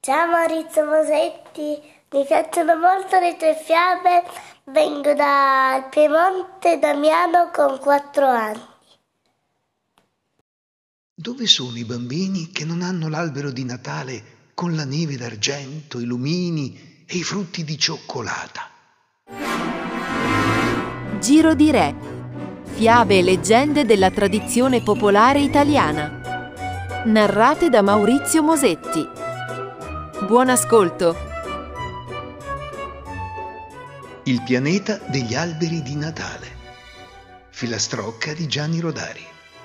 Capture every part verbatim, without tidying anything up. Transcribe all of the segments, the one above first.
Ciao Maurizio Mosetti, mi piacciono molto le tue fiabe, vengo dal Piemonte, Damiano, con quattro anni. Dove sono i bambini che non hanno l'albero di Natale con la neve d'argento, i lumini e i frutti di cioccolata? Giro di Re. Fiabe e leggende della tradizione popolare italiana. Narrate da Maurizio Mosetti. Buon ascolto! Il pianeta degli alberi di Natale. Filastrocca di Gianni Rodari.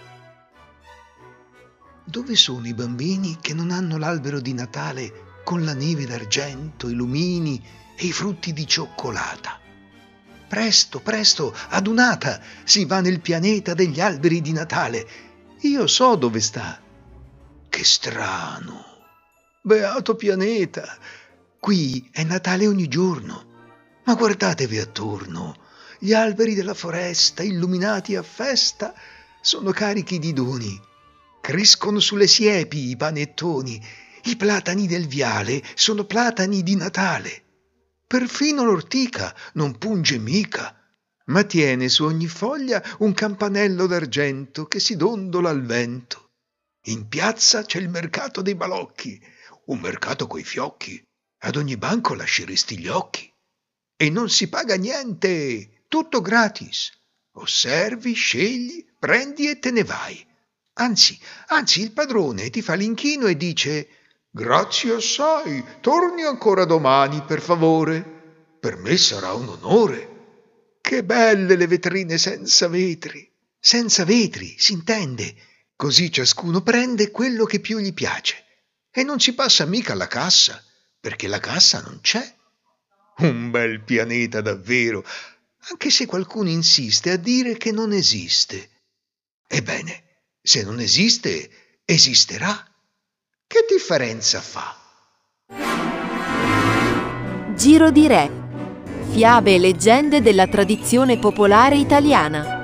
Dove sono i bambini che non hanno l'albero di Natale con la neve d'argento, i lumini e i frutti di cioccolata? Presto, presto, adunata, si va nel pianeta degli alberi di Natale. Io so dove sta. Che strano! Beato pianeta! Qui è Natale ogni giorno. Ma guardatevi attorno. Gli alberi della foresta, illuminati a festa, sono carichi di doni. Crescono sulle siepi i panettoni. I platani del viale sono platani di Natale. Perfino l'ortica non punge mica, ma tiene su ogni foglia un campanello d'argento che si dondola al vento. In piazza c'è il mercato dei balocchi, un mercato coi fiocchi. Ad ogni banco lasceresti gli occhi. E non si paga niente, tutto gratis. Osservi, scegli, prendi e te ne vai. Anzi, anzi, il padrone ti fa l'inchino e dice: «Grazie assai, torni ancora domani, per favore. Per me sarà un onore». Che belle le vetrine senza vetri. Senza vetri, si intende. Così ciascuno prende quello che più gli piace. E non si passa mica alla cassa, perché la cassa non c'è. Un bel pianeta davvero, anche se qualcuno insiste a dire che non esiste. Ebbene, se non esiste, esisterà. Che differenza fa? Giro di Re. Fiabe e leggende della tradizione popolare italiana.